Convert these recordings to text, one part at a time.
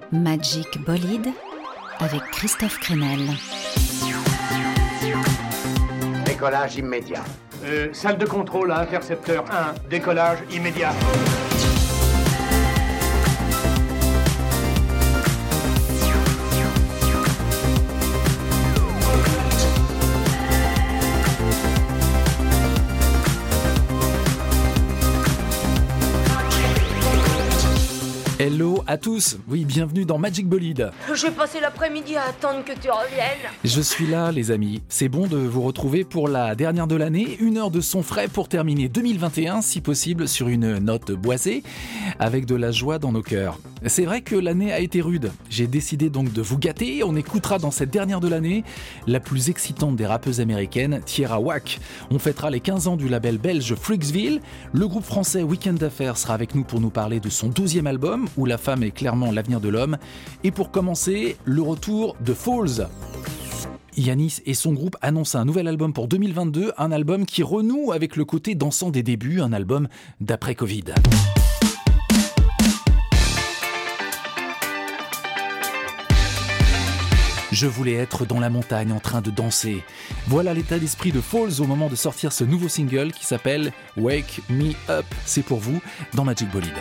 Magic Bolide avec Christophe Crenel. Décollage immédiat. Salle de contrôle à intercepteur 1, décollage immédiat. Hello à tous, oui, bienvenue dans Magic Bolide. J'ai passé l'après-midi à attendre que tu reviennes. Je suis là les amis, c'est bon de vous retrouver pour la dernière de l'année, 1 heure de son frais pour terminer 2021, si possible sur une note boisée, avec de la joie dans nos cœurs. C'est vrai que l'année a été rude, j'ai décidé donc de vous gâter, on écoutera dans cette dernière de l'année la plus excitante des rappeuses américaines, Tierra Whack. On fêtera les 15 ans du label belge Freaksville, le groupe français Weekend Affair sera avec nous pour nous parler de son 12e album, où la femme est clairement l'avenir de l'homme. Et pour commencer, le retour de Falls. Yanis et son groupe annoncent un nouvel album pour 2022, un album qui renoue avec le côté dansant des débuts, un album d'après-Covid. Je voulais être dans la montagne en train de danser. Voilà l'état d'esprit de Falls au moment de sortir ce nouveau single qui s'appelle Wake Me Up. C'est pour vous dans Magic Bolide.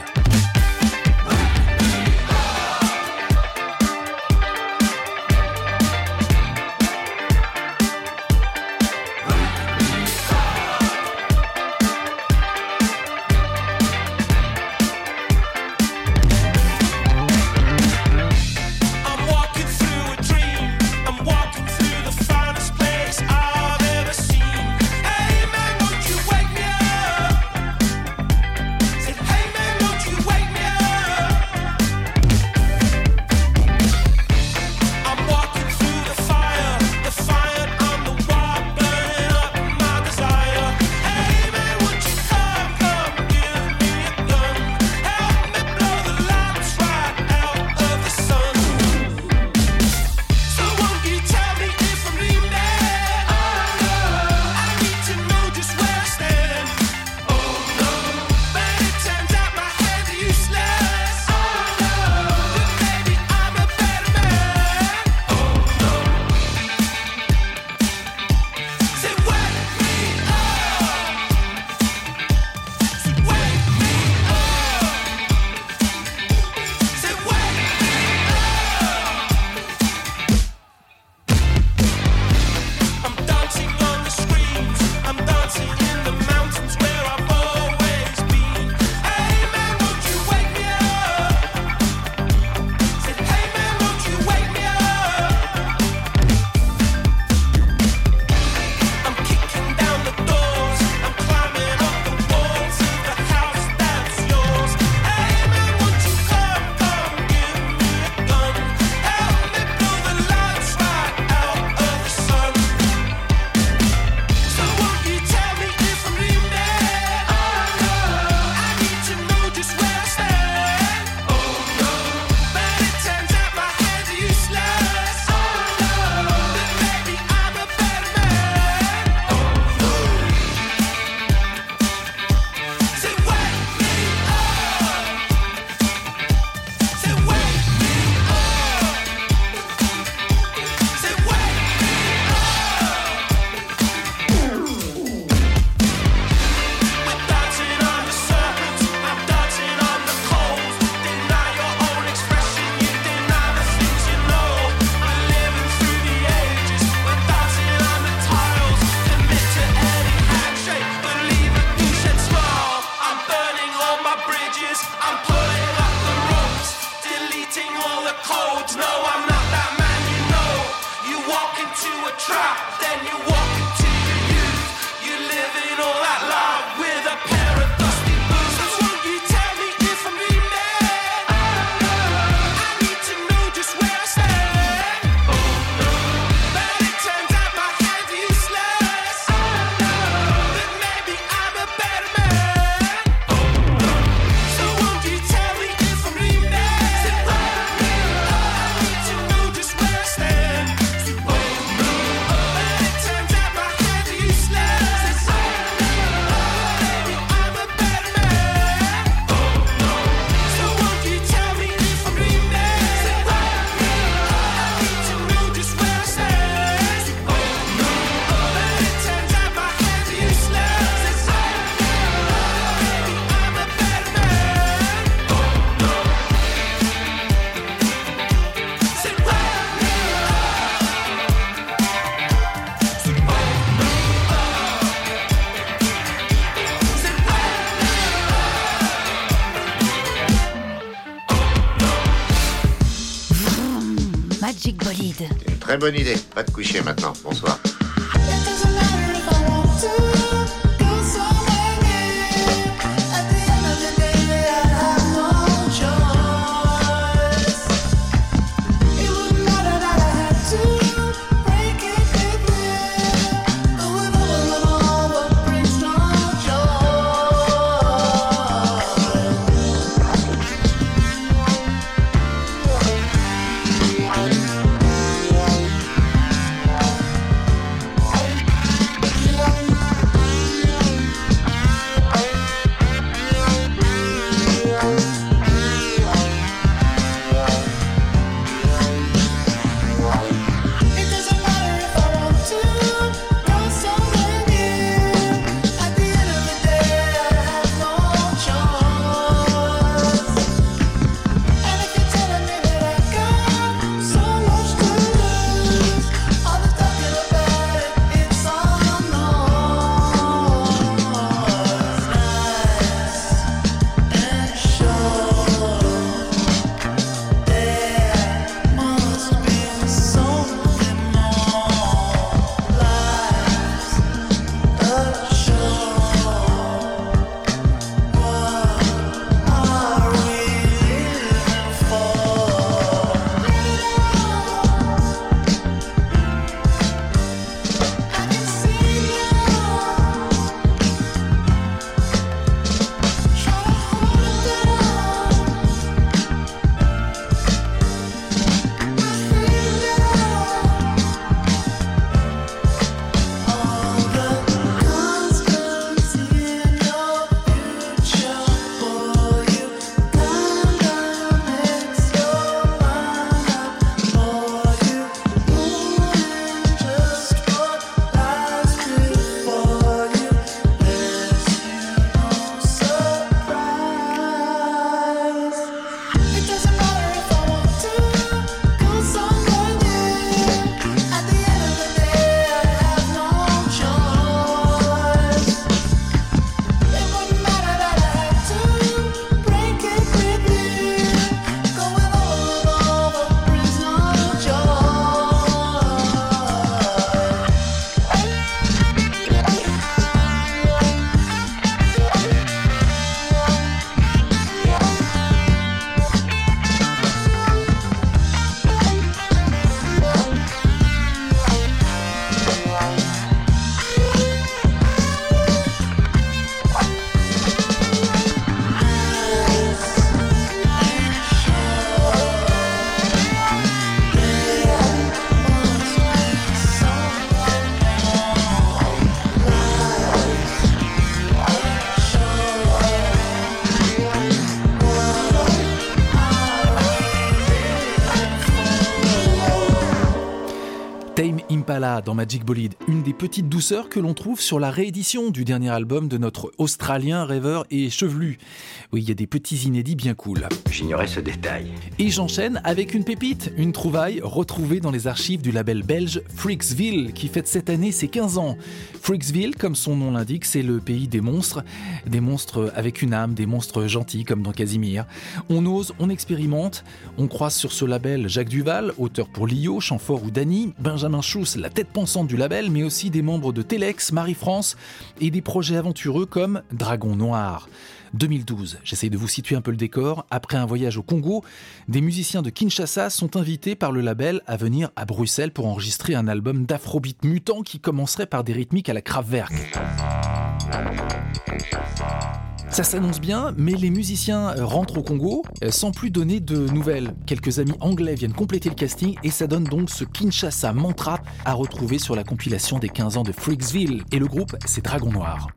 To Une très bonne idée. Va te coucher maintenant. Bonsoir. Tame Impala dans Magic Bolide, une des petites douceurs que l'on trouve sur la réédition du dernier album de notre Australien rêveur et chevelu. Oui, il y a des petits inédits bien cool. J'ignorais ce détail. Et j'enchaîne avec une pépite, une trouvaille retrouvée dans les archives du label belge Freaksville qui fête cette année ses 15 ans. Freaksville, comme son nom l'indique, c'est le pays des monstres avec une âme, des monstres gentils comme dans Casimir. On ose, on expérimente, on croise sur ce label Jacques Duval, auteur pour Lio, Chamfort ou Dany, Benjamin Schuss, la tête pensante du label, mais aussi des membres de Telex, Marie-France et des projets aventureux comme Dragon Noir. 2012, j'essaye de vous situer un peu le décor. Après un voyage au Congo, des musiciens de Kinshasa sont invités par le label à venir à Bruxelles pour enregistrer un album d'afrobeat mutant qui commencerait par des rythmiques à la Kraftwerk. Ça s'annonce bien, mais les musiciens rentrent au Congo sans plus donner de nouvelles. Quelques amis anglais viennent compléter le casting et ça donne donc ce Kinshasa mantra à retrouver sur la compilation des 15 ans de Freaksville. Et le groupe, c'est Dragon Noir.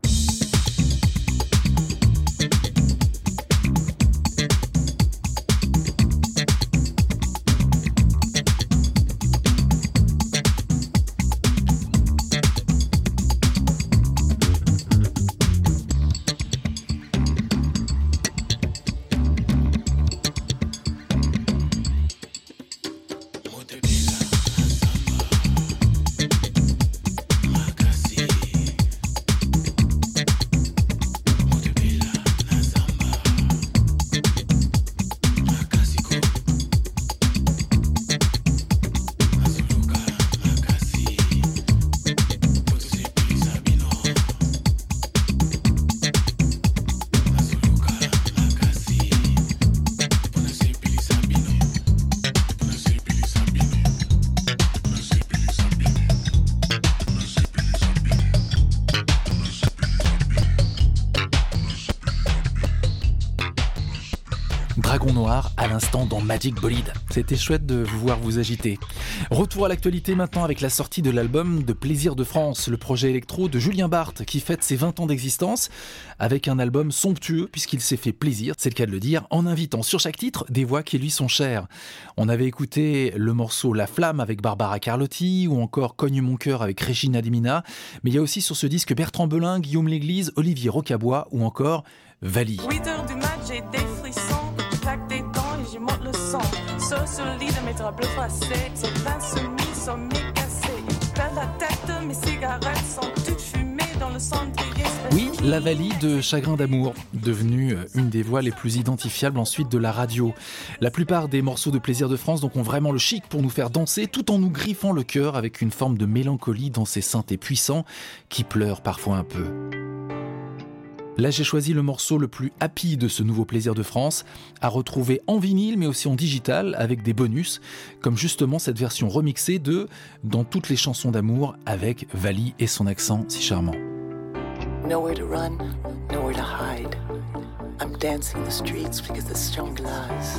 Dragon Noir à l'instant dans Magic Bolide. C'était chouette de vous voir vous agiter. Retour à l'actualité maintenant avec la sortie de l'album de Plaisir de France, le projet électro de Julien Barthes qui fête ses 20 ans d'existence avec un album somptueux puisqu'il s'est fait plaisir, c'est le cas de le dire, en invitant sur chaque titre des voix qui lui sont chères. On avait écouté le morceau La Flamme avec Barbara Carlotti ou encore Cogne mon cœur avec Regina Dimina, mais il y a aussi sur ce disque Bertrand Belin, Guillaume L'Église, Olivier Rocabois ou encore Vali. 8h du mat, j'ai des frissons, je claque des dents et j'y monte le son. Sur le lit de mes draps bleus froissés, sur pain semi, sommeil cassé. Je perds la tête, mes cigarettes sont toutes fumées dans le cendrier. Oui, la Vali de Chagrin d'amour, devenue une des voix les plus identifiables ensuite de la radio. La plupart des morceaux de Plaisir de France donc ont vraiment le chic pour nous faire danser tout en nous griffant le cœur avec une forme de mélancolie dans ces synthés puissants qui pleurent parfois un peu. Là, j'ai choisi le morceau le plus happy de ce nouveau Plaisir de France, à retrouver en vinyle mais aussi en digital avec des bonus, comme justement cette version remixée de Dans toutes les chansons d'amour avec Vali et son accent si charmant. Nowhere to run, nowhere to hide. I'm dancing the streets because the strong lies.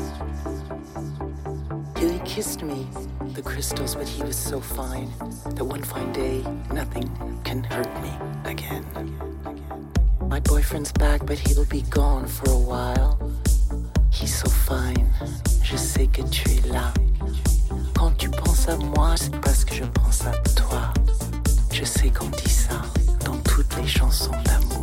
He kissed me, the crystals, but he was so fine that one fine day nothing can hurt me again. My boyfriend's back, but he'll be gone for a while. He's so fine, je sais que tu es là. Quand tu penses à moi, c'est parce que je pense à toi. Je sais qu'on dit ça dans toutes les chansons d'amour.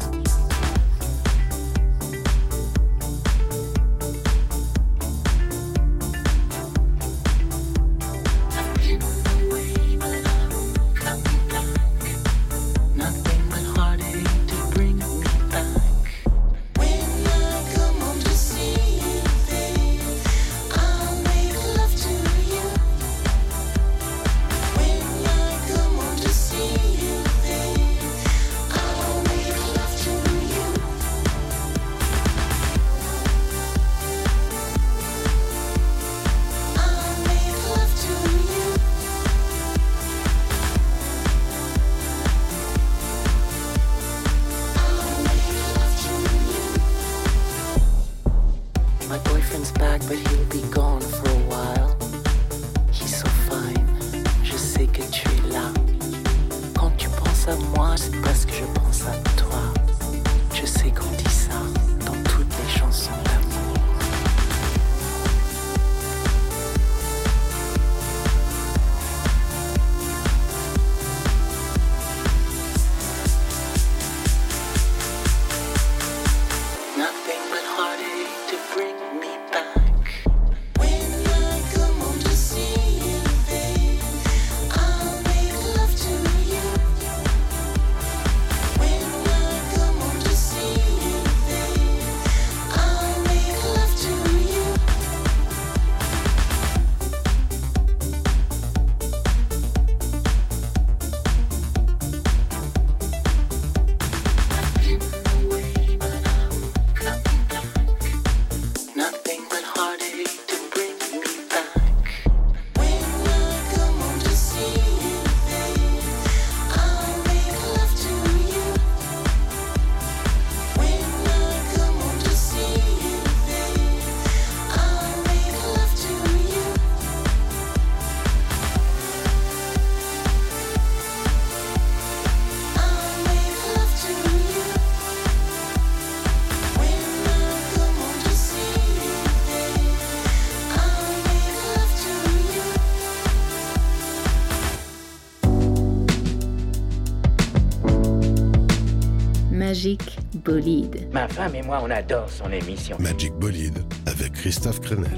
Magic Bolide. Ma femme et moi, on adore son émission. Magic Bolide avec Christophe Crenel.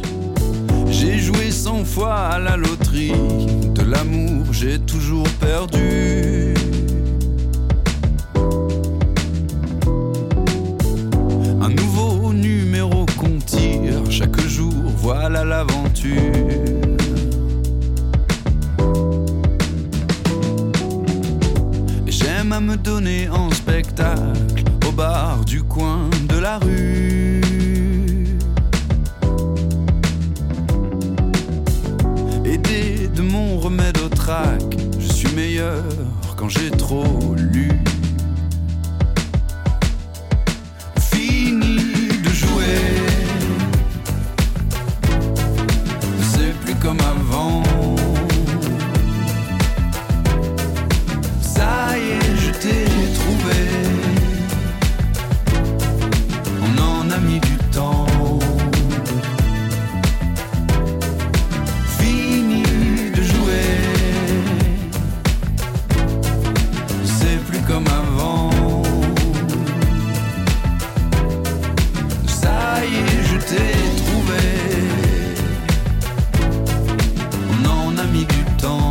J'ai joué 100 fois à la loterie. De l'amour, j'ai toujours perdu. Un nouveau numéro qu'on tire. Chaque jour, voilà l'aventure. J'aime à me donner en spectacle au bar du coin de la rue. Aidé de mon remède au trac, je suis meilleur quand j'ai trop lu. Fini de jouer t'ai trouvé. On en a mis du temps.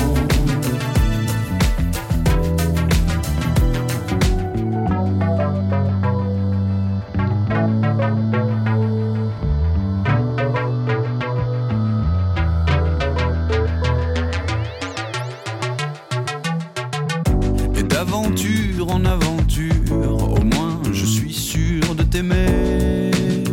Et d'aventure en aventure, au moins je suis sûr de t'aimer.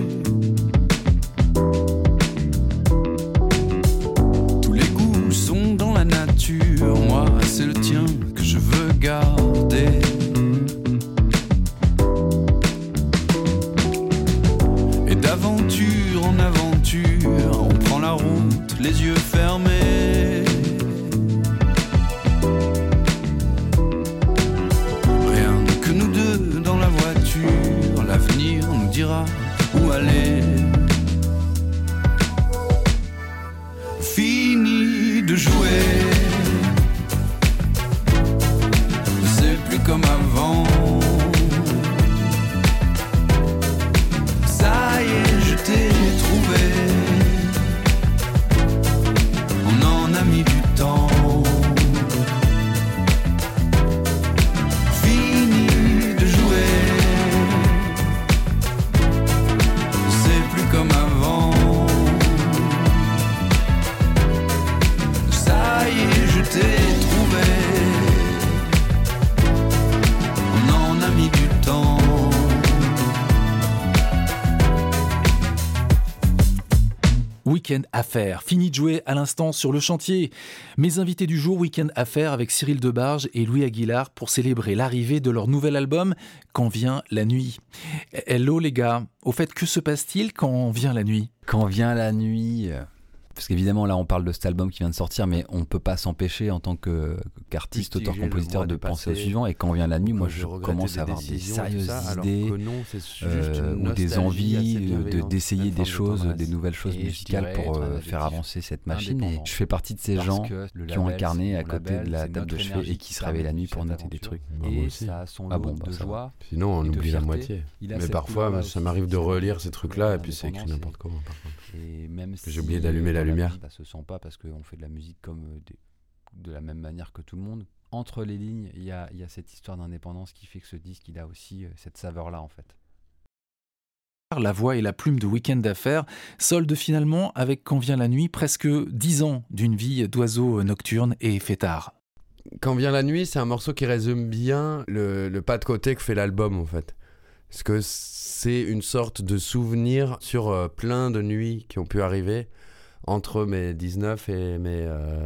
Tous les goûts sont dans la nature, moi c'est le tien que je veux garder. Et d'aventure en aventure, on prend la route, les yeux fermés. Rien que nous deux dans la voiture, l'avenir nous dira où aller. Fini de jouer, c'est plus comme avant. Ça y est, je t'ai trouvé. On en a mis du temps. Fini de jouer, c'est plus comme avant. Ça y est, je t'ai trouvé. On en a mis du temps. Week-end Affaires, fini de jouer à l'instant sur le chantier. Mes invités du jour, Week-end Affaires avec Cyril Debarge et Louis Aguilar pour célébrer l'arrivée de leur nouvel album Quand vient la nuit. Hello les gars, au fait que se passe-t-il quand vient la nuit ? Quand vient la nuit, parce qu'évidemment là on parle de cet album qui vient de sortir, mais on ne peut pas s'empêcher en tant qu'artiste, auteur-compositeur de penser au suivant. Et quand vient la nuit, moi je commence à avoir des sérieuses idées ou des envies d'essayer des choses, des nouvelles choses musicales pour faire avancer cette machine. Et je fais partie de ces gens qui ont incarné à côté de la table de chevet et qui se réveillent la nuit pour noter des trucs. Et ça a son lot de joie. Sinon on oublie la moitié. Mais parfois ça m'arrive de relire ces trucs-là et puis c'est écrit n'importe comment par contre. Et même j'ai oublié d'allumer la lumière. Ça se sent pas parce qu'on fait de la musique comme de la même manière que tout le monde. Entre les lignes, il y a cette histoire d'indépendance qui fait que ce disque, il a aussi cette saveur-là en fait. La voix et la plume de Week-end Affaires solde finalement avec Quand vient la nuit presque 10 ans d'une vie d'oiseau nocturne et fêtard. Quand vient la nuit, c'est un morceau qui résume bien le pas de côté que fait l'album en fait. Parce que c'est une sorte de souvenir sur plein de nuits qui ont pu arriver entre mes 19 et mes,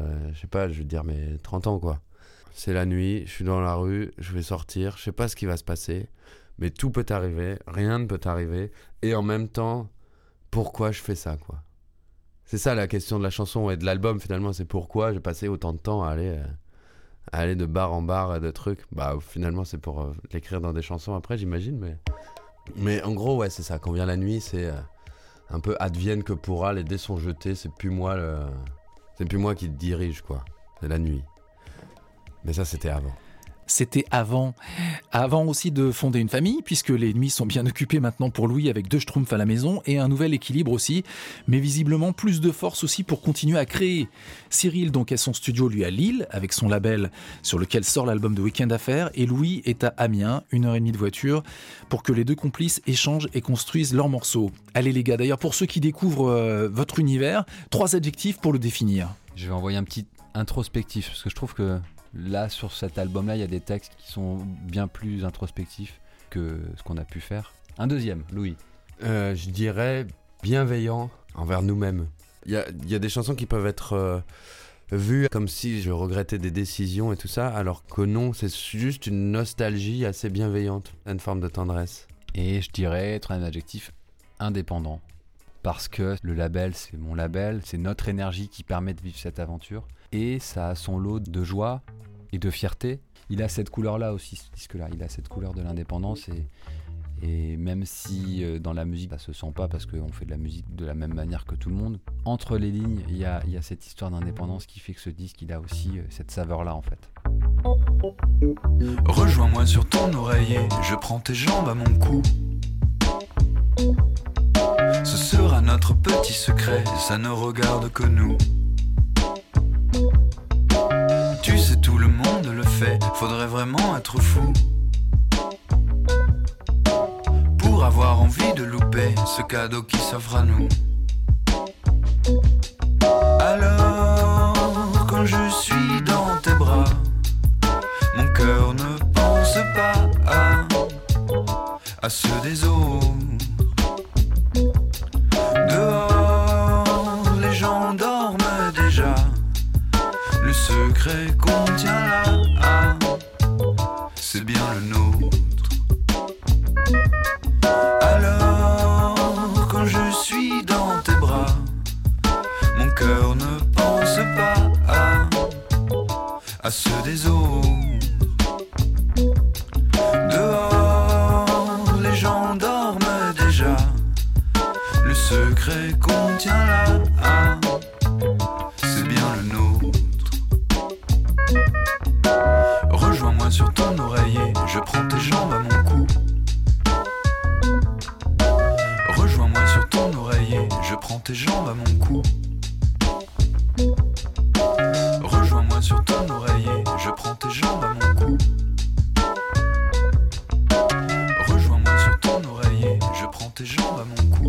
mes 30 ans quoi. C'est la nuit, je suis dans la rue, je vais sortir, je sais pas ce qui va se passer, mais tout peut arriver, rien ne peut arriver, et en même temps, pourquoi je fais ça quoi. C'est ça la question de la chanson et de l'album finalement, c'est pourquoi j'ai passé autant de temps à aller de bar en bar et de trucs. Bah finalement c'est pour l'écrire dans des chansons après j'imagine, mais en gros ouais c'est ça, quand vient la nuit c'est un peu advienne que pourra, les dés sont jetés, c'est plus moi qui dirige quoi, c'est la nuit. Mais ça c'était avant. C'était avant aussi de fonder une famille, puisque les nuits sont bien occupées maintenant pour Louis avec 2 schtroumpfs à la maison et un nouvel équilibre aussi, mais visiblement plus de force aussi pour continuer à créer. Cyril donc a son studio lui à Lille, avec son label sur lequel sort l'album de Week-end Affaires, et Louis est à Amiens, 1h30 de voiture, pour que les 2 complices échangent et construisent leurs morceaux. Allez les gars, d'ailleurs pour ceux qui découvrent votre univers, 3 adjectifs pour le définir. Je vais envoyer un petit introspectif, parce que je trouve que là, sur cet album-là, il y a des textes qui sont bien plus introspectifs que ce qu'on a pu faire. Un deuxième, Louis. Je dirais bienveillant envers nous-mêmes. Il y a des chansons qui peuvent être vues comme si je regrettais des décisions et tout ça, alors que non, c'est juste une nostalgie assez bienveillante, une forme de tendresse. Et je dirais, troisième adjectif, indépendant. Parce que le label, c'est mon label, c'est notre énergie qui permet de vivre cette aventure. Et ça a son lot de joie et de fierté. Il a cette couleur-là aussi, ce disque-là. Il a cette couleur de l'indépendance. Et même si dans la musique, ça se sent pas parce qu'on fait de la musique de la même manière que tout le monde, entre les lignes, il y a cette histoire d'indépendance qui fait que ce disque, il a aussi cette saveur-là, en fait. Rejoins-moi sur ton oreiller, je prends tes jambes à mon cou. Ce notre petit secret, ça ne regarde que nous. Tu sais, tout le monde le fait, faudrait vraiment être fou pour avoir envie de louper ce cadeau qui s'offre à nous. Alors, quand je suis dans tes bras, mon cœur ne pense pas à ceux des autres. Dehors, les gens dorment déjà. Le secret qu'on tient là, c'est bien le nôtre. Alors, quand je suis dans tes bras, mon cœur ne pense pas à ceux des autres. Dehors, les gens dorment déjà. Le secret qu'on tient là, c'est bien le nôtre. Rejoins-moi sur ton oreiller, je prends tes jambes à mon cou. Rejoins-moi sur ton oreiller, je prends tes jambes à mon cou. Rejoins-moi sur ton oreiller, je prends tes jambes à mon cou. Rejoins-moi sur ton oreiller, je prends tes jambes à mon cou.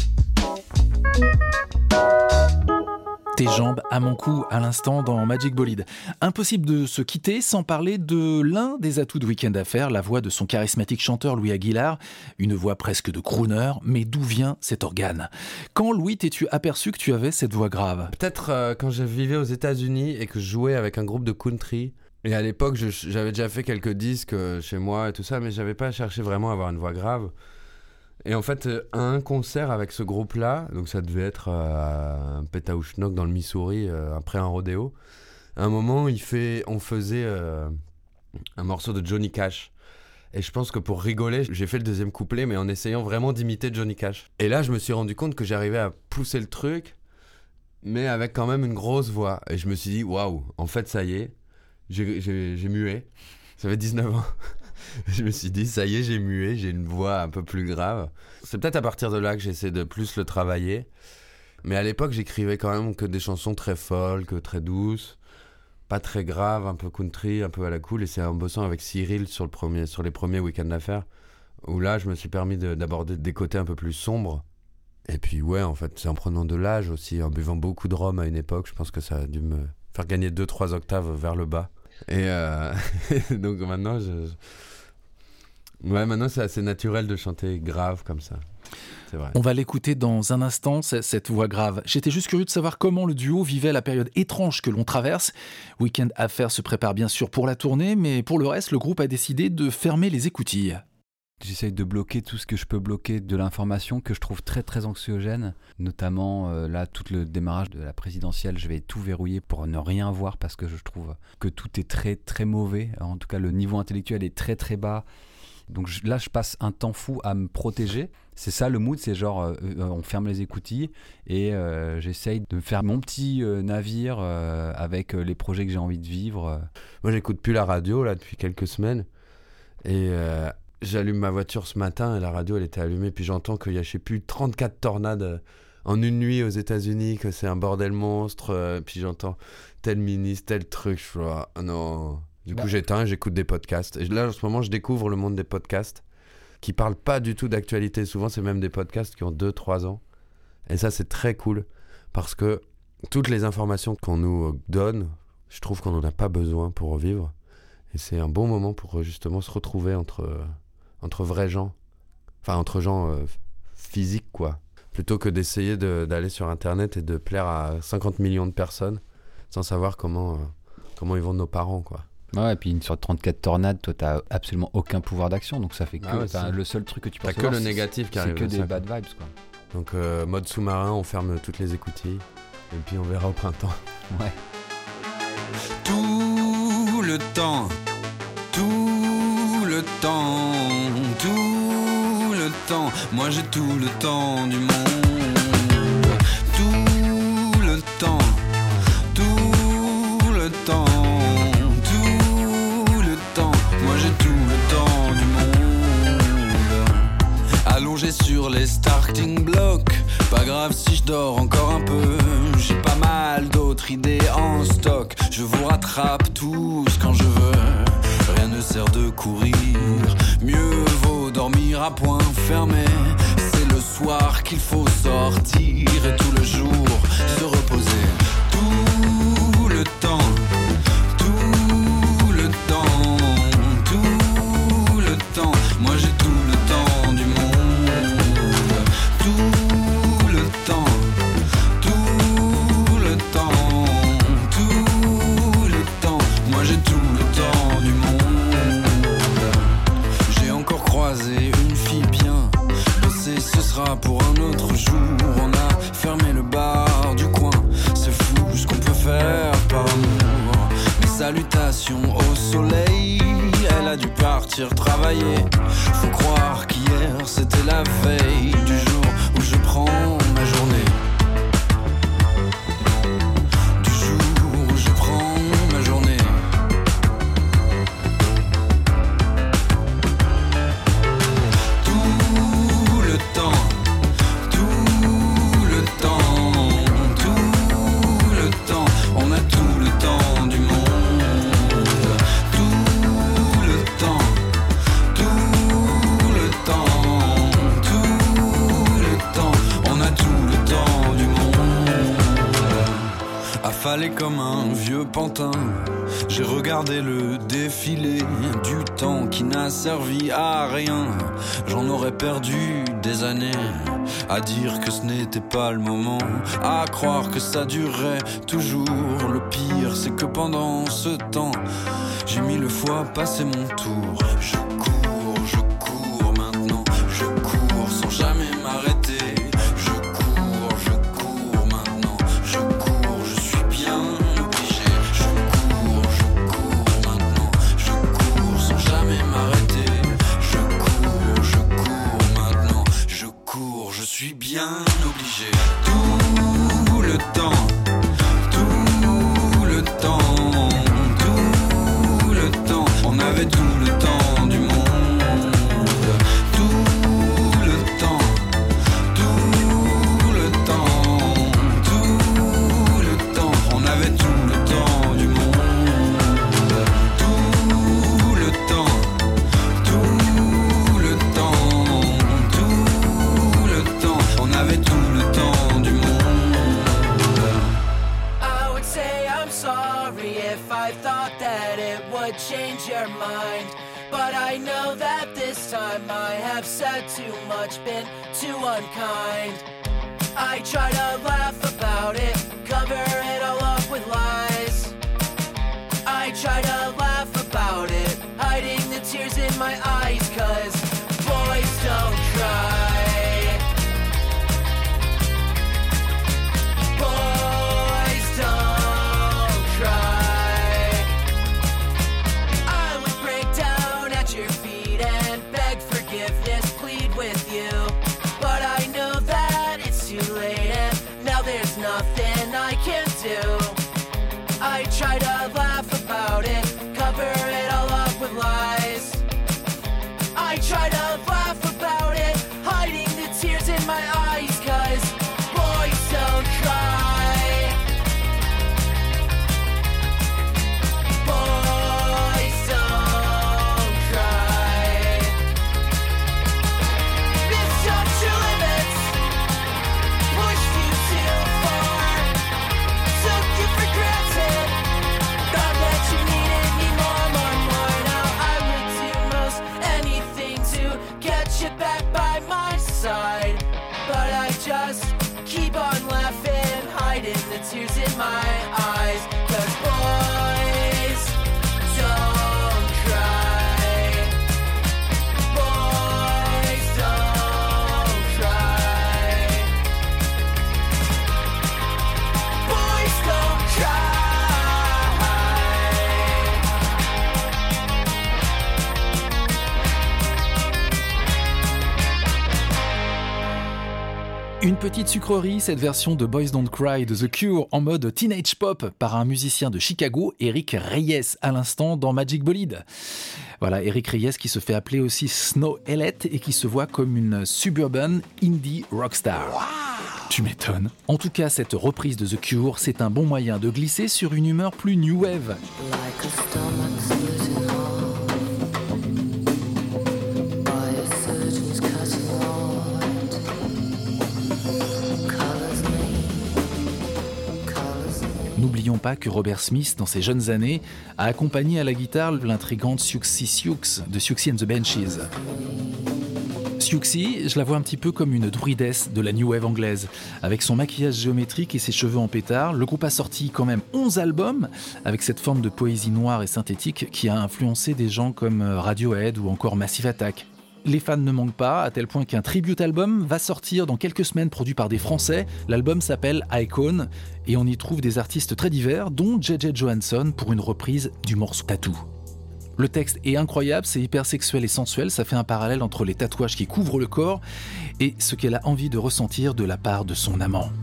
Tes jambes à mon cou à l'instant dans Magic Bolide. Impossible de se quitter sans parler de l'un des atouts de Week-end Affaires, la voix de son charismatique chanteur Louis Aguilar, une voix presque de crooner, mais d'où vient cet organe ? Quand, Louis, t'es-tu aperçu que tu avais cette voix grave ? Peut-être quand je vivais aux États-Unis et que je jouais avec un groupe de country. Et à l'époque, j'avais déjà fait quelques disques chez moi et tout ça, mais j'avais pas cherché vraiment à avoir une voix grave. Et en fait, à un concert avec ce groupe-là, donc ça devait être un Pétaouchnok dans le Missouri, après un rodéo, à un moment, on faisait un morceau de Johnny Cash. Et je pense que pour rigoler, j'ai fait le deuxième couplet, mais en essayant vraiment d'imiter Johnny Cash. Et là, je me suis rendu compte que j'arrivais à pousser le truc, mais avec quand même une grosse voix. Et je me suis dit, waouh, en fait, ça y est, j'ai mué. Ça fait 19 ans. Je me suis dit, ça y est, j'ai mué, j'ai une voix un peu plus grave. C'est peut-être à partir de là que j'essaie de plus le travailler. Mais à l'époque, j'écrivais quand même que des chansons très folk, très douces, pas très graves, un peu country, un peu à la cool. Et c'est en bossant avec Cyril sur les premiers Week-end d'Affaires, où là, je me suis permis d'aborder des côtés un peu plus sombres. Et puis ouais, en fait, c'est en prenant de l'âge aussi, en buvant beaucoup de rhum à une époque, je pense que ça a dû me faire gagner 2-3 octaves vers le bas. Et donc maintenant, maintenant c'est assez naturel de chanter grave comme ça. C'est vrai. On va l'écouter dans un instant, cette voix grave. J'étais juste curieux de savoir comment le duo vivait la période étrange que l'on traverse. Week-end Affaires se prépare bien sûr pour la tournée, mais pour le reste, le groupe a décidé de fermer les écoutilles. J'essaye de bloquer tout ce que je peux bloquer de l'information que je trouve très très anxiogène, notamment là tout le démarrage de la présidentielle, je vais tout verrouiller pour ne rien voir parce que je trouve que tout est très très mauvais, en tout cas le niveau intellectuel est très très bas, donc là je passe un temps fou à me protéger, c'est ça le mood, c'est genre on ferme les écoutilles et j'essaye de faire mon petit navire avec les projets que j'ai envie de vivre. Moi j'écoute plus la radio là depuis quelques semaines et j'allume ma voiture ce matin et la radio elle était allumée, puis j'entends qu'il y a je sais plus 34 tornades en une nuit aux États-Unis, que c'est un bordel monstre, puis j'entends tel ministre, tel truc, je suis là, ah non. Du coup j'éteins, j'écoute des podcasts. Et là en ce moment je découvre le monde des podcasts qui parlent pas du tout d'actualité, souvent c'est même des podcasts qui ont 2-3 ans. Et ça c'est très cool parce que toutes les informations qu'on nous donne, je trouve qu'on n'en a pas besoin pour vivre. Et c'est un bon moment pour justement se retrouver entre vrais gens, enfin entre gens physiques quoi, plutôt que d'essayer d'aller sur internet et de plaire à 50 millions de personnes sans savoir comment ils vont nos parents quoi. Ouais, et puis sur 34 tornades, toi t'as absolument aucun pouvoir d'action, donc ça fait que le seul truc que tu peux recevoir, que le négatif qui arrive, c'est que des bad vibes quoi. Donc mode sous-marin, on ferme toutes les écoutilles et puis on verra au printemps. Ouais. Tout le temps, tout le temps, tout le temps, moi j'ai tout le temps du monde. Tout le temps, tout le temps, tout le temps, moi j'ai tout le temps du monde. Allongé sur les les starting blocks. Pas grave si je dors encore un peu, j'ai pas mal d'autres idées en stock. Je vous rattrape tous quand je veux, rien ne sert de courir. Mieux vaut dormir à point fermé, c'est le soir qu'il faut sortir et tout le jour se reposer. Tout le temps, tout le temps, tout le temps. Moi j'ai tout le temps du monde. Tout le temps, tout le temps, tout le temps. Moi j'ai tout le temps du monde. J'ai encore croisé une fille bien, ce sera pour un autre jour. On a fermé le bar du coin, c'est fou ce qu'on peut faire par amour. Mes salutations au soleil, elle a dû partir travailler. Faut croire qu'hier c'était la veille du jour où je prends ma journée. Du jour où je prends ma journée. Tout le temps, tout le temps, tout le temps. On a tout le temps du monde. Tout le temps, tout le temps, tout le temps. On a tout le temps du monde. Affalé comme un vieux pantin, j'ai regardé le défilé du temps qui n'a servi à rien. J'en aurais perdu des années à dire que ce n'était pas le moment, à croire que ça durerait toujours. Le pire c'est que pendant ce temps, j'ai mis le foie passer mon tour. Je cours maintenant, je cours sans jamais m'arrêter. Je cours maintenant, je cours, je suis bien obligé. Je cours maintenant, je cours sans jamais m'arrêter. Je cours maintenant, je cours, je suis bien obligé. Tout le temps, tout le temps, tout le temps. On avait tout le temps du monde. Tout le temps, tout le temps, tout le temps. On avait tout le temps du monde. Tout le temps, tout le temps, tout le temps. On avait tout le temps du monde. I would say I'm sorry if I thought that it would change your mind, but I know that this time I have said too much, been too unkind. I try to laugh about it, cover it all up with lies. I try to laugh about it, hiding the tears in my eyes, 'cause boys don't cry. Boys don't cry. I would break down at your feet and beg forgiveness, plead with you, but I know that it's too late and now there's nothing I can do. I try to laugh about it, cover it all up with lies. I try to laugh about it, hiding the tears in my eyes, 'cause boys don't cry. Boys don't cry. Missed up your limits, pushed you too far, took you for granted, thought that you needed me more. Now I would do most anything to get you back by my side, but I just keep on laughing, hiding the tears in my eyes, 'cause boys don't cry. Boys don't cry. Boys don't cry. Une petite sucrerie, cette version de Boys Don't Cry de The Cure en mode teenage pop par un musicien de Chicago, Eric Reyes, à l'instant dans Magic Bolide. Voilà, Eric Reyes qui se fait appeler aussi Snow Ellet et qui se voit comme une suburban indie rockstar. Wow. Tu m'étonnes. En tout cas, cette reprise de The Cure, c'est un bon moyen de glisser sur une humeur plus new wave. N'oublions pas que Robert Smith, dans ses jeunes années, a accompagné à la guitare l'intrigante Siouxsie Sioux de Siouxsie and the Banshees. Siouxsie, je la vois un petit peu comme une druidesse de la new wave anglaise. Avec son maquillage géométrique et ses cheveux en pétard, le groupe a sorti quand même 11 albums avec cette forme de poésie noire et synthétique qui a influencé des gens comme Radiohead ou encore Massive Attack. Les fans ne manquent pas, à tel point qu'un tribute album va sortir dans quelques semaines produit par des Français. L'album s'appelle Icon et on y trouve des artistes très divers, dont J.J. Johansson pour une reprise du morceau Tattoo. Le texte est incroyable, c'est hyper sexuel et sensuel, ça fait un parallèle entre les tatouages qui couvrent le corps et ce qu'elle a envie de ressentir de la part de son amant.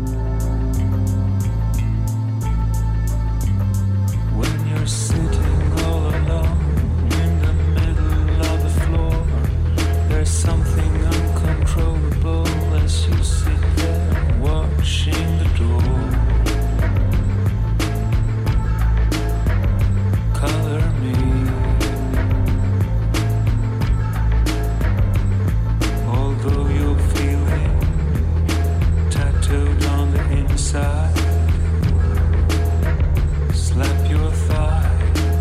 When you're sitting all alone in the middle of the floor, there's something uncontrollable as you sit there watching the door. Color me, although you're feeling tattooed on the inside. Slap your thigh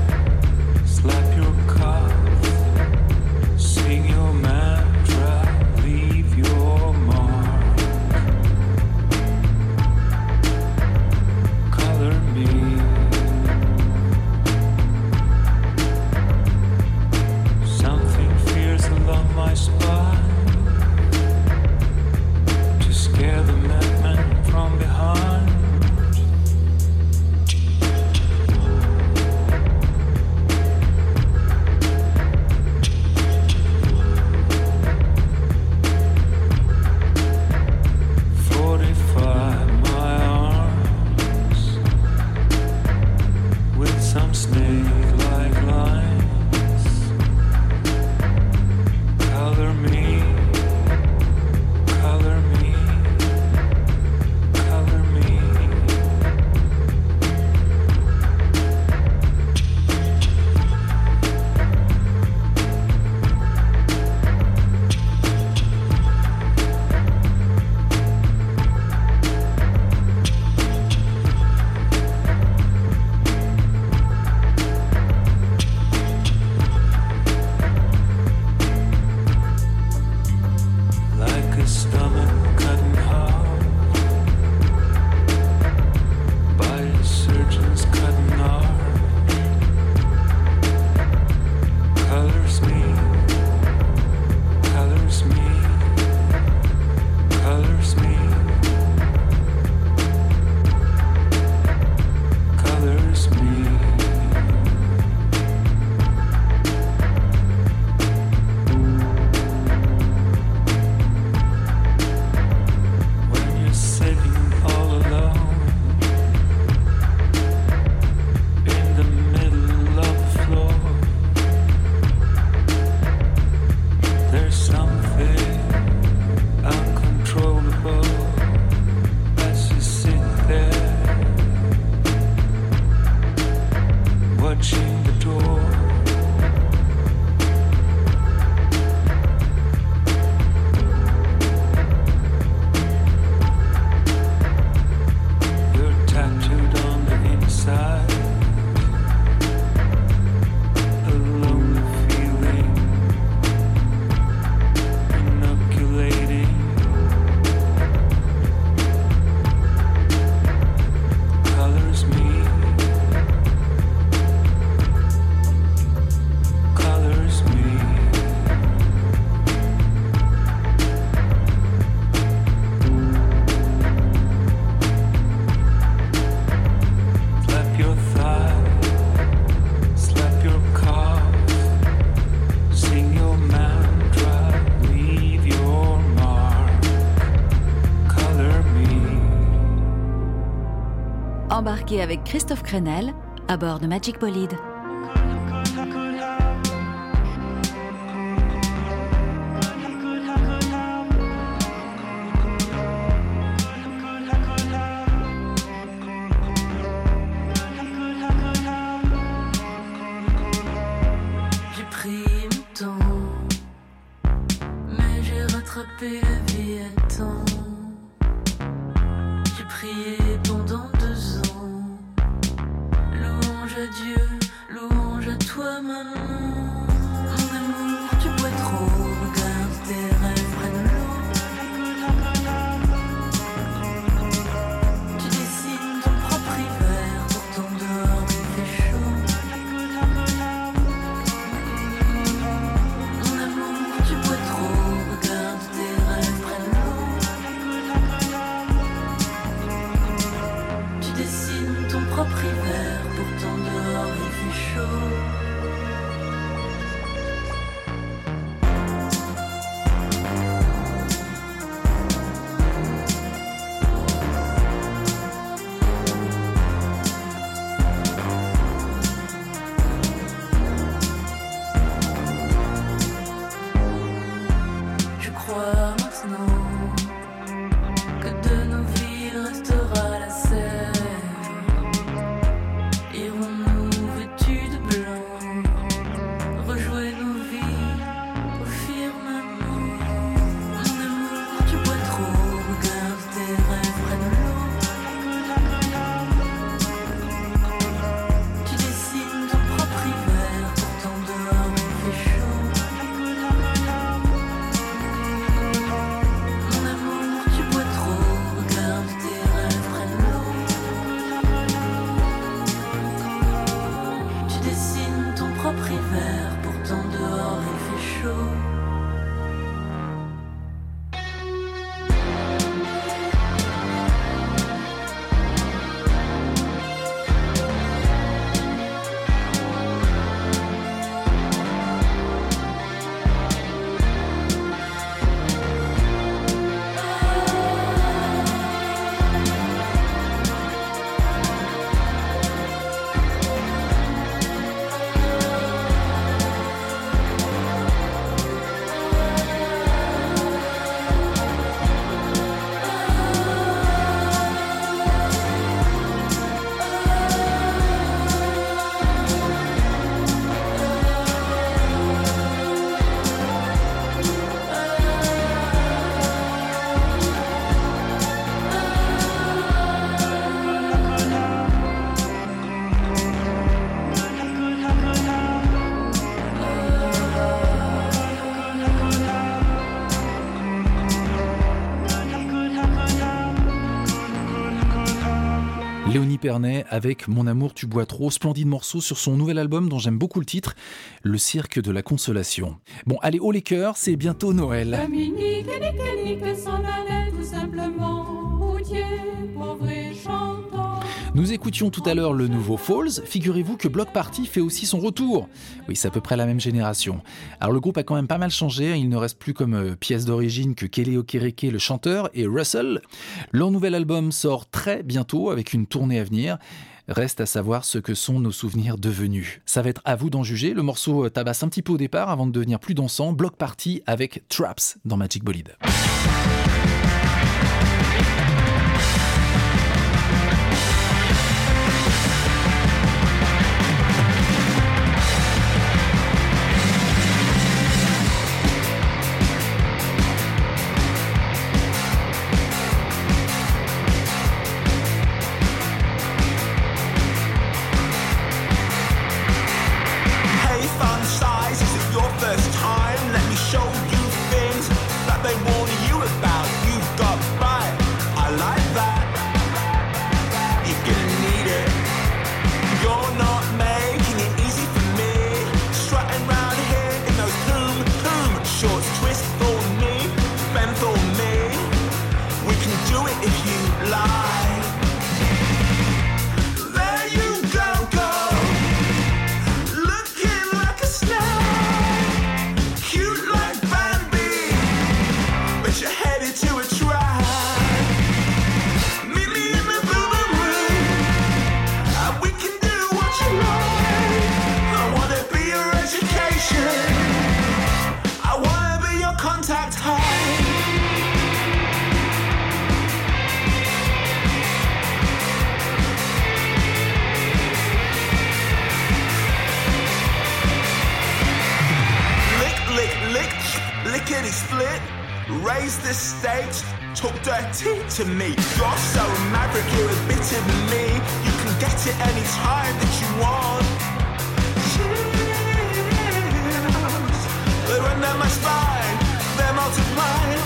Embarquez avec Christophe Crenel à bord de Magic Bolide. J'ai pris mon temps, mais j'ai rattrapé le vieil temps. J'ai prié pendant 2 ans. Louange à Dieu, louange à toi, maman. Mon amour, tu bois trop, regarde tes rêves prennent l'eau. Tu dessines ton propre hiver, pourtant dehors il fait chaud. Mon amour, tu bois trop, regarde tes rêves prennent l'eau. Tu dessines ton propre hiver, pourtant dehors il fait chaud. Je crois maintenant que de nos villes restera la sève. Irons-nous vêtus de blanc, rejouer nos vies au firmament. Mon amour, tu bois trop, regarde tes rêves prennent l'eau. Tu dessines ton propre hiver, pourtant dehors il fait chaud. Mon amour, tu bois trop, regarde tes rêves prennent l'eau. Tu dessines ton propre hiver, pourtant dehors il fait chaud. Léonie Pernet avec Mon amour tu bois trop, splendide morceau sur son nouvel album dont j'aime beaucoup le titre, Le cirque de la consolation. Bon, allez, haut les cœurs, c'est bientôt Noël. Dominique et Nick s'en allaient tout simplement, routier, pauvre et chantant. Nous écoutions tout à l'heure le nouveau Falls. Figurez-vous que Bloc Party fait aussi son retour. Oui, c'est à peu près la même génération. Alors le groupe a quand même pas mal changé. Il ne reste plus comme pièce d'origine que Kelly Okereke, le chanteur, et Russell. Leur nouvel album sort très bientôt avec une tournée à venir. Reste à savoir ce que sont nos souvenirs devenus. Ça va être à vous d'en juger. Le morceau tabasse un petit peu au départ avant de devenir plus dansant. Bloc Party avec Traps dans Magic Bolide. Meet me in the boom room. talk dirty to me. You're so maverick, you're a bit of me. You can get it any time that you want. Chills, they run down my spine, they're multiplying.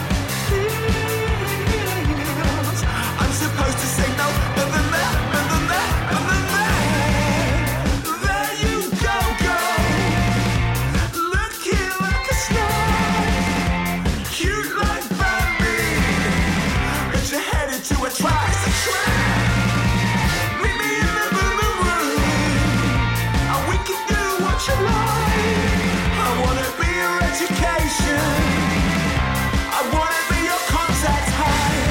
Feels, I'm supposed to say no, but then there, and then there, and then there. There you go, girl. Looking like a star, cute like Bambi, but you're headed to a twice a trap. Meet me in the living room, and we can do what you like. I wanna be your education, I wanna be your contact high.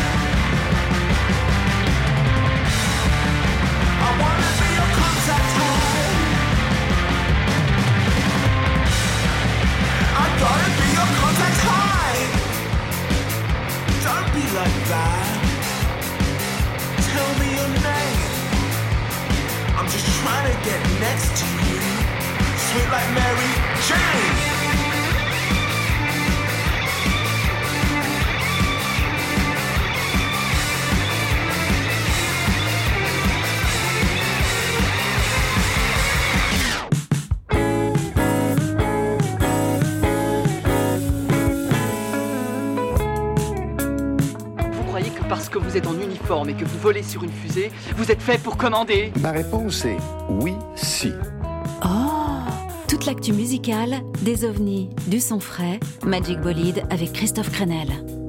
I wanna be your contact high. I gotta be your contact high. Don't be like that. Tell me your name. I'm just trying to get next to you. Sweet like Mary Jane. Vous croyez que parce que vous êtes en uniforme et que vous volez sur une fusée, vous êtes fait pour commander? Ma réponse est oui, si. Oh, toute l'actu musicale, des ovnis, du son frais, Magic Bolide avec Christophe Crenel.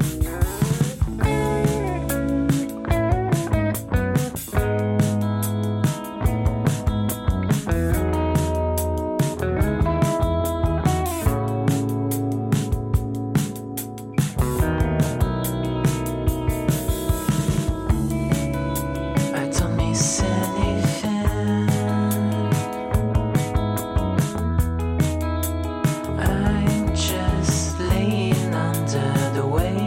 I don't miss anything. I'm just laying under the weight.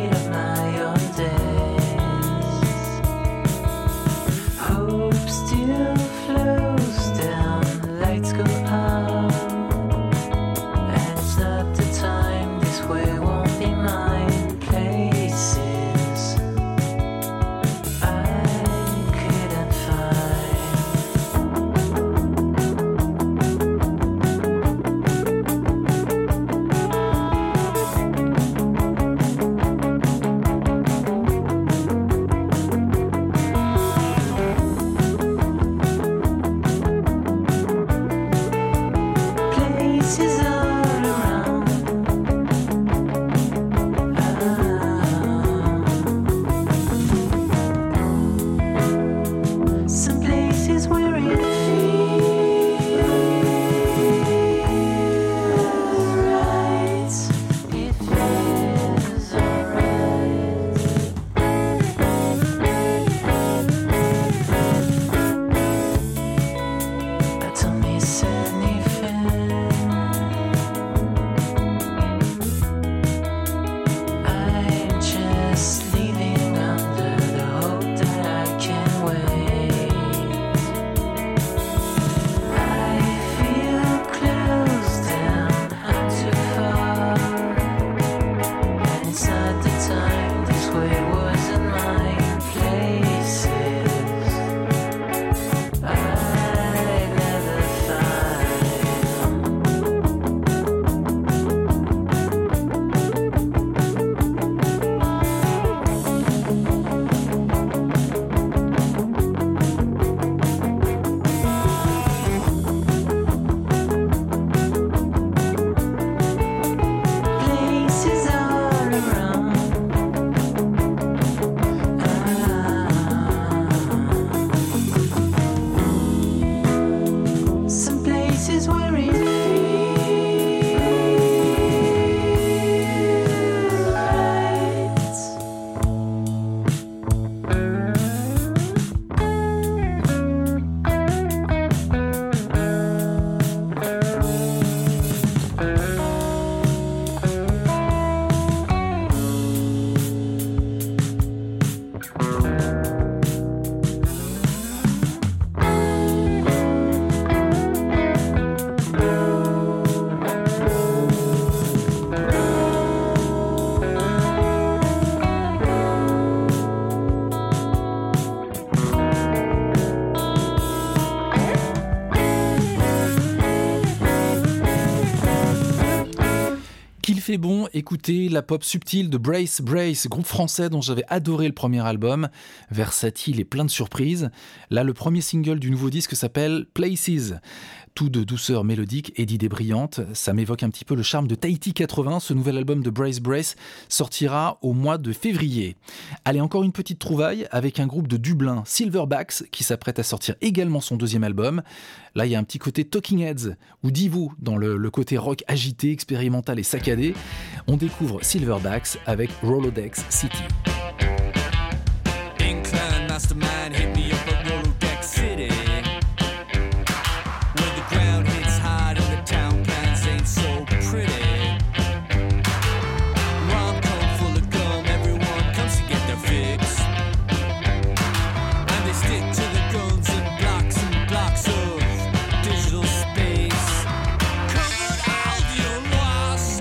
les bons, écoutez la pop subtile de Brace, groupe français dont j'avais adoré le premier album, versatile et plein de surprises. Là, le premier single du nouveau disque s'appelle Places. Tout de douceur mélodique et d'idées brillantes. Ça m'évoque un petit peu le charme de Tahiti 80. Ce nouvel album de Brace sortira au mois de février. Allez, encore une petite trouvaille avec un groupe de Dublin, Silverbacks, qui s'apprête à sortir également son deuxième album. Là, il y a un petit côté Talking Heads ou Divo dans le côté rock agité, expérimental et saccadé. On découvre Silverbacks avec Rolodex City. Incline mastermind hit me up at Rolodex City. Ground hits hard and the town plans ain't so pretty. Rom-com full of gum, everyone comes to get their fix. And they stick to the guns and blocks of digital space. Covered audio lost.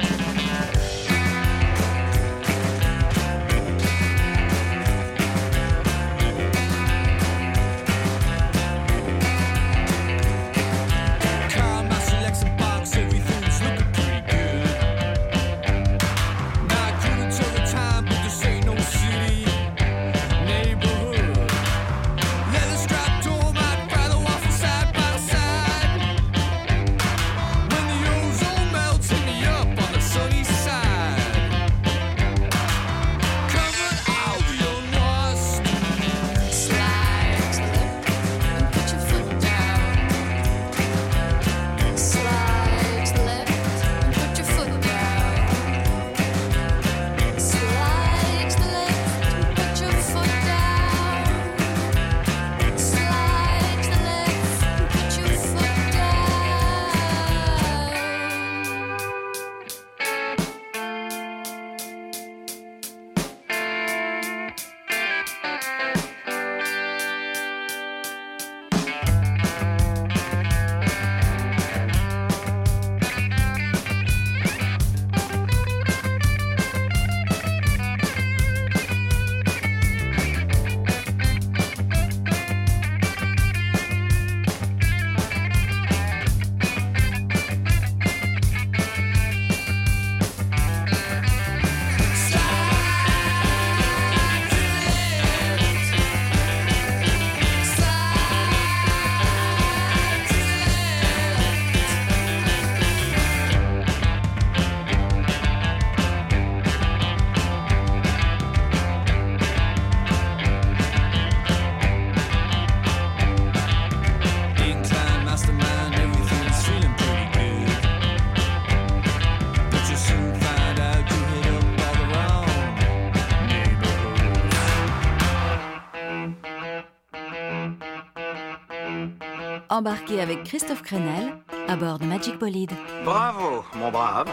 Embarqué avec Christophe Crenel à bord de Magic Bolide. Bravo, mon brave.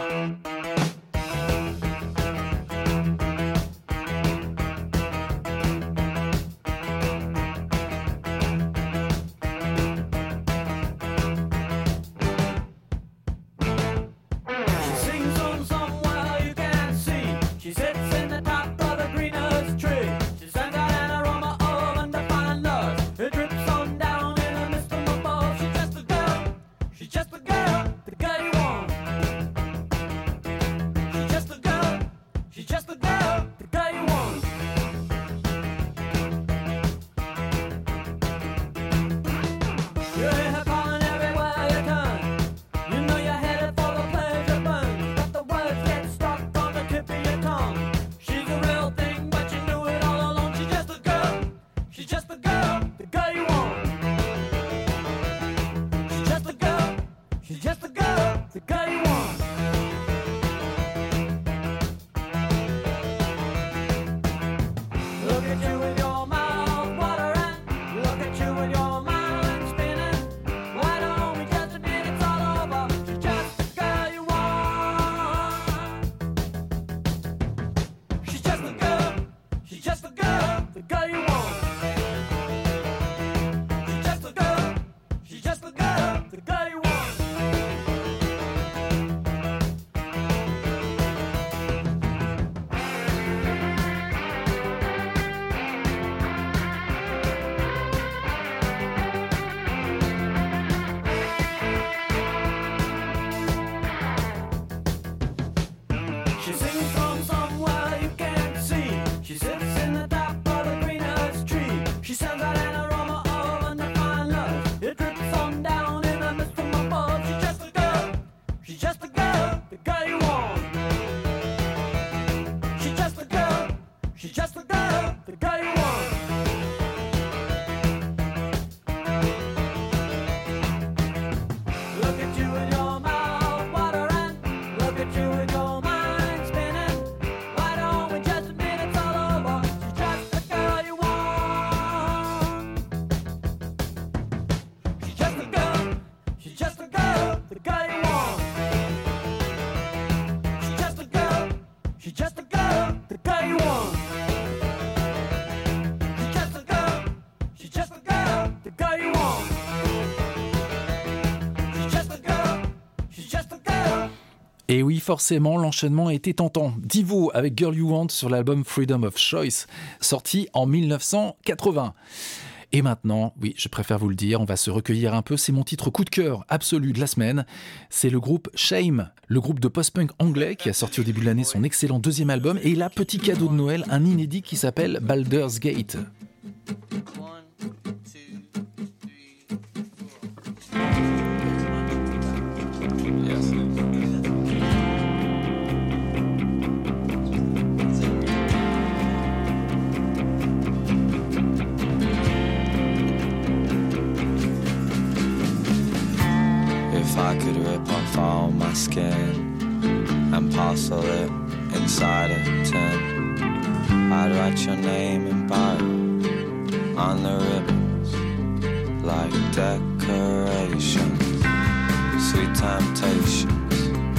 Et oui, forcément, l'enchaînement était tentant. Devo avec Girl You Want sur l'album Freedom of Choice, sorti en 1980. Et maintenant, oui, je préfère vous le dire, on va se recueillir un peu, c'est mon titre coup de cœur absolu de la semaine. C'est le groupe Shame, le groupe de post-punk anglais qui a sorti au début de l'année son excellent deuxième album. Et là, petit cadeau de Noël, un inédit qui s'appelle Baldur's Gate. If I could rip off all my skin and parcel it inside a tin, I'd write your name in biro on the ribbons like decorations, sweet temptations.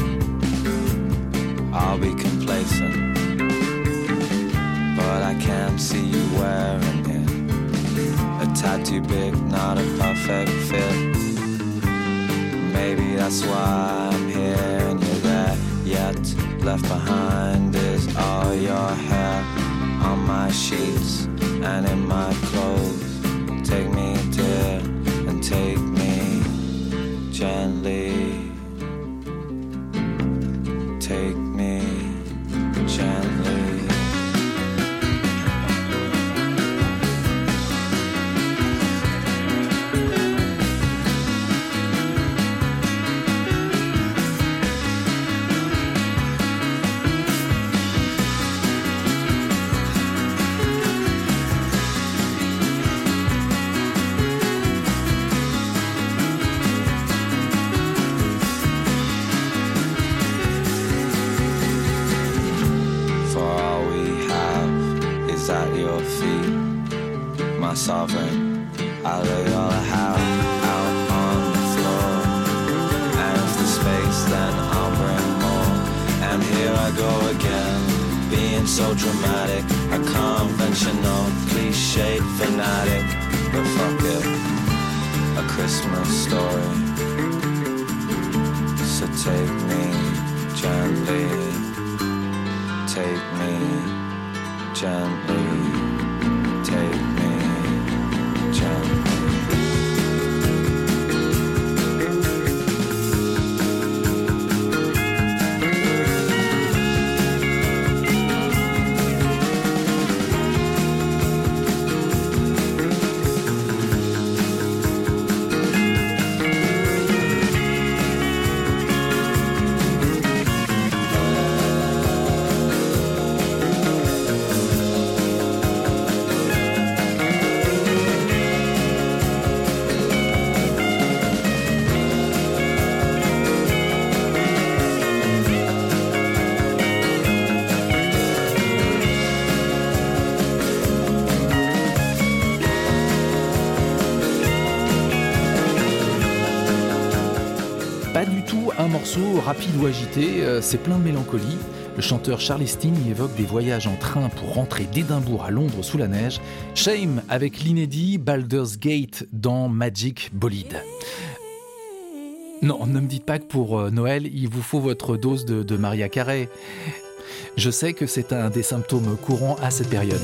I'll be complacent, but I can't see you wearing it. A tad too big, not a perfect fit. Maybe that's why I'm here and you're there. Yet left behind is all your hair on my sheets and in my clothes. Take me, dear, and take me gently. Take me gently. My sovereign, I lay all I have out on the floor, and if the space then I'll bring more. And here I go again, being so dramatic, a conventional, cliched fanatic, but fuck it, a Christmas story. So take me gently, take me gently, take me gently. Un morceau rapide ou agité, c'est plein de mélancolie. Le chanteur Charlie Steen y évoque des voyages en train pour rentrer d'Édimbourg à Londres sous la neige. Shame avec l'inédit Baldur's Gate dans Magic Bolide. Non, ne me dites pas que pour Noël, il vous faut votre dose de Mariah Carey. Je sais que c'est un des symptômes courants à cette période.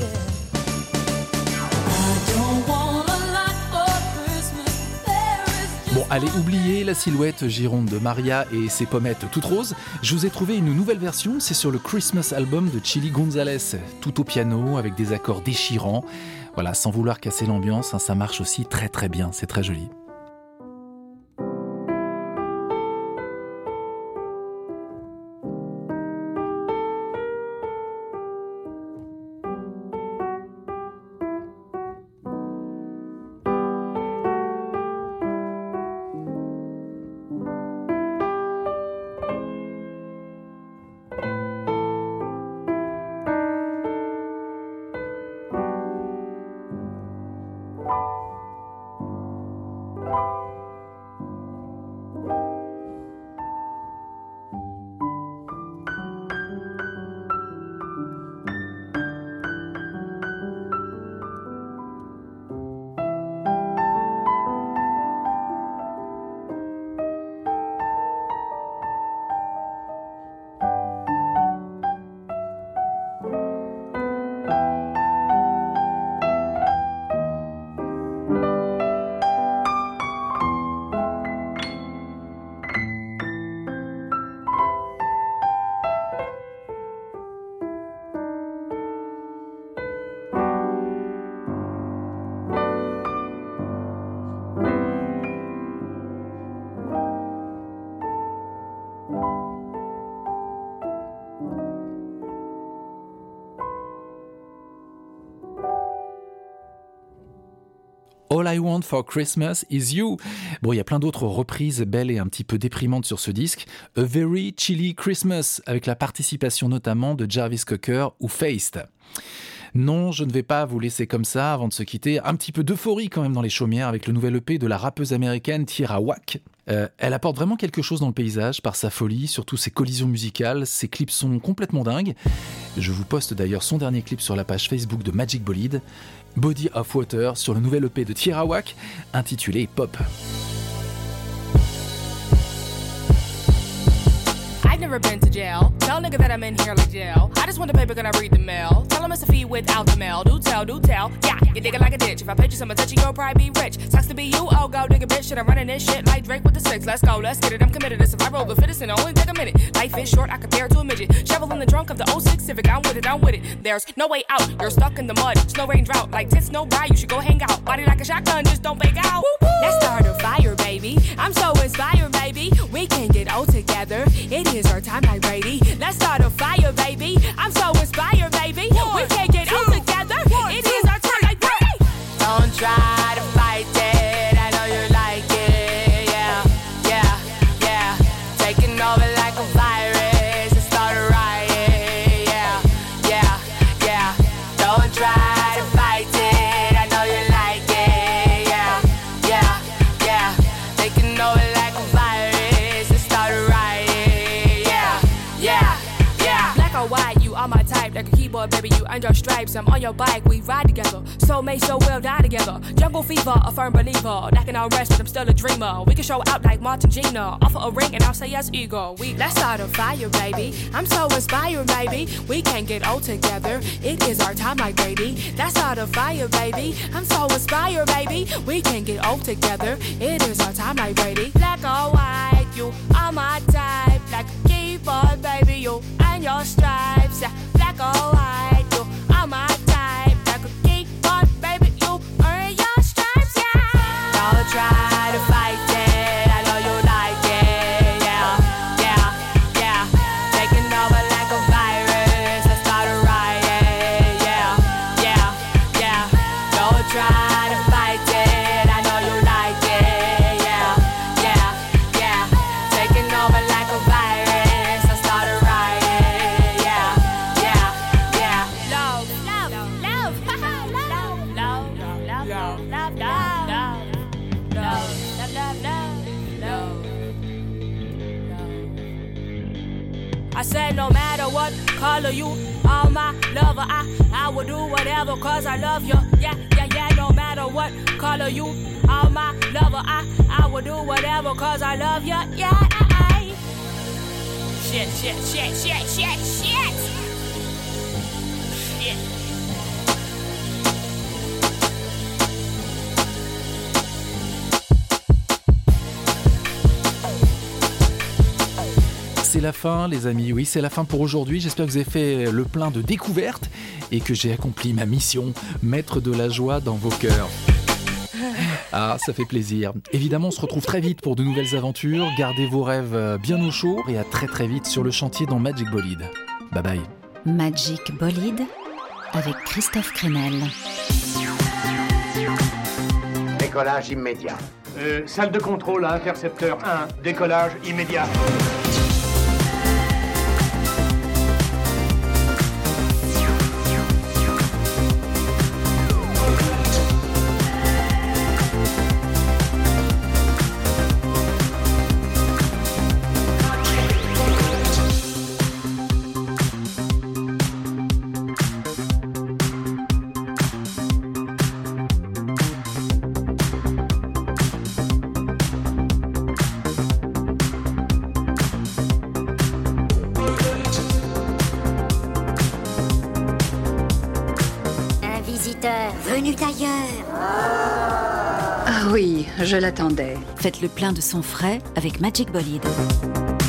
Bon, allez, oubliez la silhouette gironde de Maria et ses pommettes toutes roses. Je vous ai trouvé une nouvelle version, c'est sur le Christmas album de Chili Gonzalez. Tout au piano, avec des accords déchirants. Voilà, sans vouloir casser l'ambiance, hein, ça marche aussi très très bien, c'est très joli. All I Want for Christmas is You. Bon, il y a plein d'autres reprises belles et un petit peu déprimantes sur ce disque. A Very Chilly Christmas, avec la participation notamment de Jarvis Cocker ou Feist. Non, je ne vais pas vous laisser comme ça avant de se quitter. Un petit peu d'euphorie quand même dans les chaumières avec le nouvel EP de la rappeuse américaine Tierra Whack. Elle apporte vraiment quelque chose dans le paysage par sa folie, surtout ses collisions musicales. Ses clips sont complètement dingues. Je vous poste d'ailleurs son dernier clip sur la page Facebook de Magic Bolide, Body of Water, sur le nouvel EP de Tierra Whack intitulé Pop. I've never been to jail. Tell nigga that I'm in here like jail. I just want the paper, gonna read the mail. Tell him it's a fee without the mail. Do tell, do tell. Yeah, you dig it like a ditch. If I paid you some attention, you'll probably be rich. Sucks to be you, oh, go dig a bitch. Shit, I'm running this shit like Drake with the six. Let's go, let's get it. I'm committed to survival of the fittest and only take a minute. Life is short, I compare it to a midget. Shovel in the trunk of the 06 Civic. I'm with it, I'm with it. There's no way out. You're stuck in the mud. Snow, rain, drought. Like tits, no ride. You should go hang out. Body like a shotgun, just don't bake out. Let's start a fire, baby. I'm so inspired, baby. We can get old together. It is our time like Brady. Let's start a fire, baby. I'm so inspired, baby. We can't get old together. It is our time like Brady. Don't try to fight it. I know you like it. Yeah, yeah, yeah. Taking over like a virus. Let's start a riot. Yeah, yeah, yeah. Don't try to fight it. I know you like it. Yeah, yeah, yeah. Taking over like a virus. Let's start a riot. Yeah, yeah, yeah. Black or white, you are my type. Like a keyboard, baby, you earned your stripes. I'm on your bike, we ride together. Soulmate, so we'll die together. Jungle fever, a firm believer. Lacking on rest, but I'm still a dreamer. We can show out like Martin Gina. Offer a ring and I'll say yes, ego. Let's start a fire, baby. I'm so inspired, baby. We can't get old together. It is our time like Brady. Let's start a fire, baby. I'm so inspired, baby. We can't get old together. It is our time like Brady. Black or white, you are my type. Like a keyboard, baby, you and your stripes. Yeah, black or white, you are my type. Like a keyboard, baby, you earn your stripes. Yeah. Don't try to fight it. I know you like it. Yeah, yeah, yeah. Taking over like a virus. Let's start a riot. Yeah, yeah, yeah. Don't try to fight it. I know you like it. Yeah, yeah, yeah. Taking over like a virus. Let's start a riot. Yeah, yeah, yeah. Love, love, love, love, love, love, love, love, love, love, love, love, love. I said no matter what color you are my lover, I will do whatever cause I love you. Yeah, yeah, yeah, no matter what color you are my lover, I will do whatever cause I love you. Yeah, shit, shit, shit, shit, shit, shit. Shit. C'est la fin, les amis. Oui, c'est la fin pour aujourd'hui. J'espère que vous avez fait le plein de découvertes et que j'ai accompli ma mission, mettre de la joie dans vos cœurs. Ah, ça fait plaisir. Évidemment, on se retrouve très vite pour de nouvelles aventures. Gardez vos rêves bien au chaud et à très très vite sur le chantier dans Magic Bolide. Bye bye. Magic Bolide avec Christophe Crenel. Décollage immédiat. Salle de contrôle à intercepteur 1. Décollage immédiat. Venu d'ailleurs. Ah oui, je l'attendais. Faites le plein de son frais avec Magic Bolide.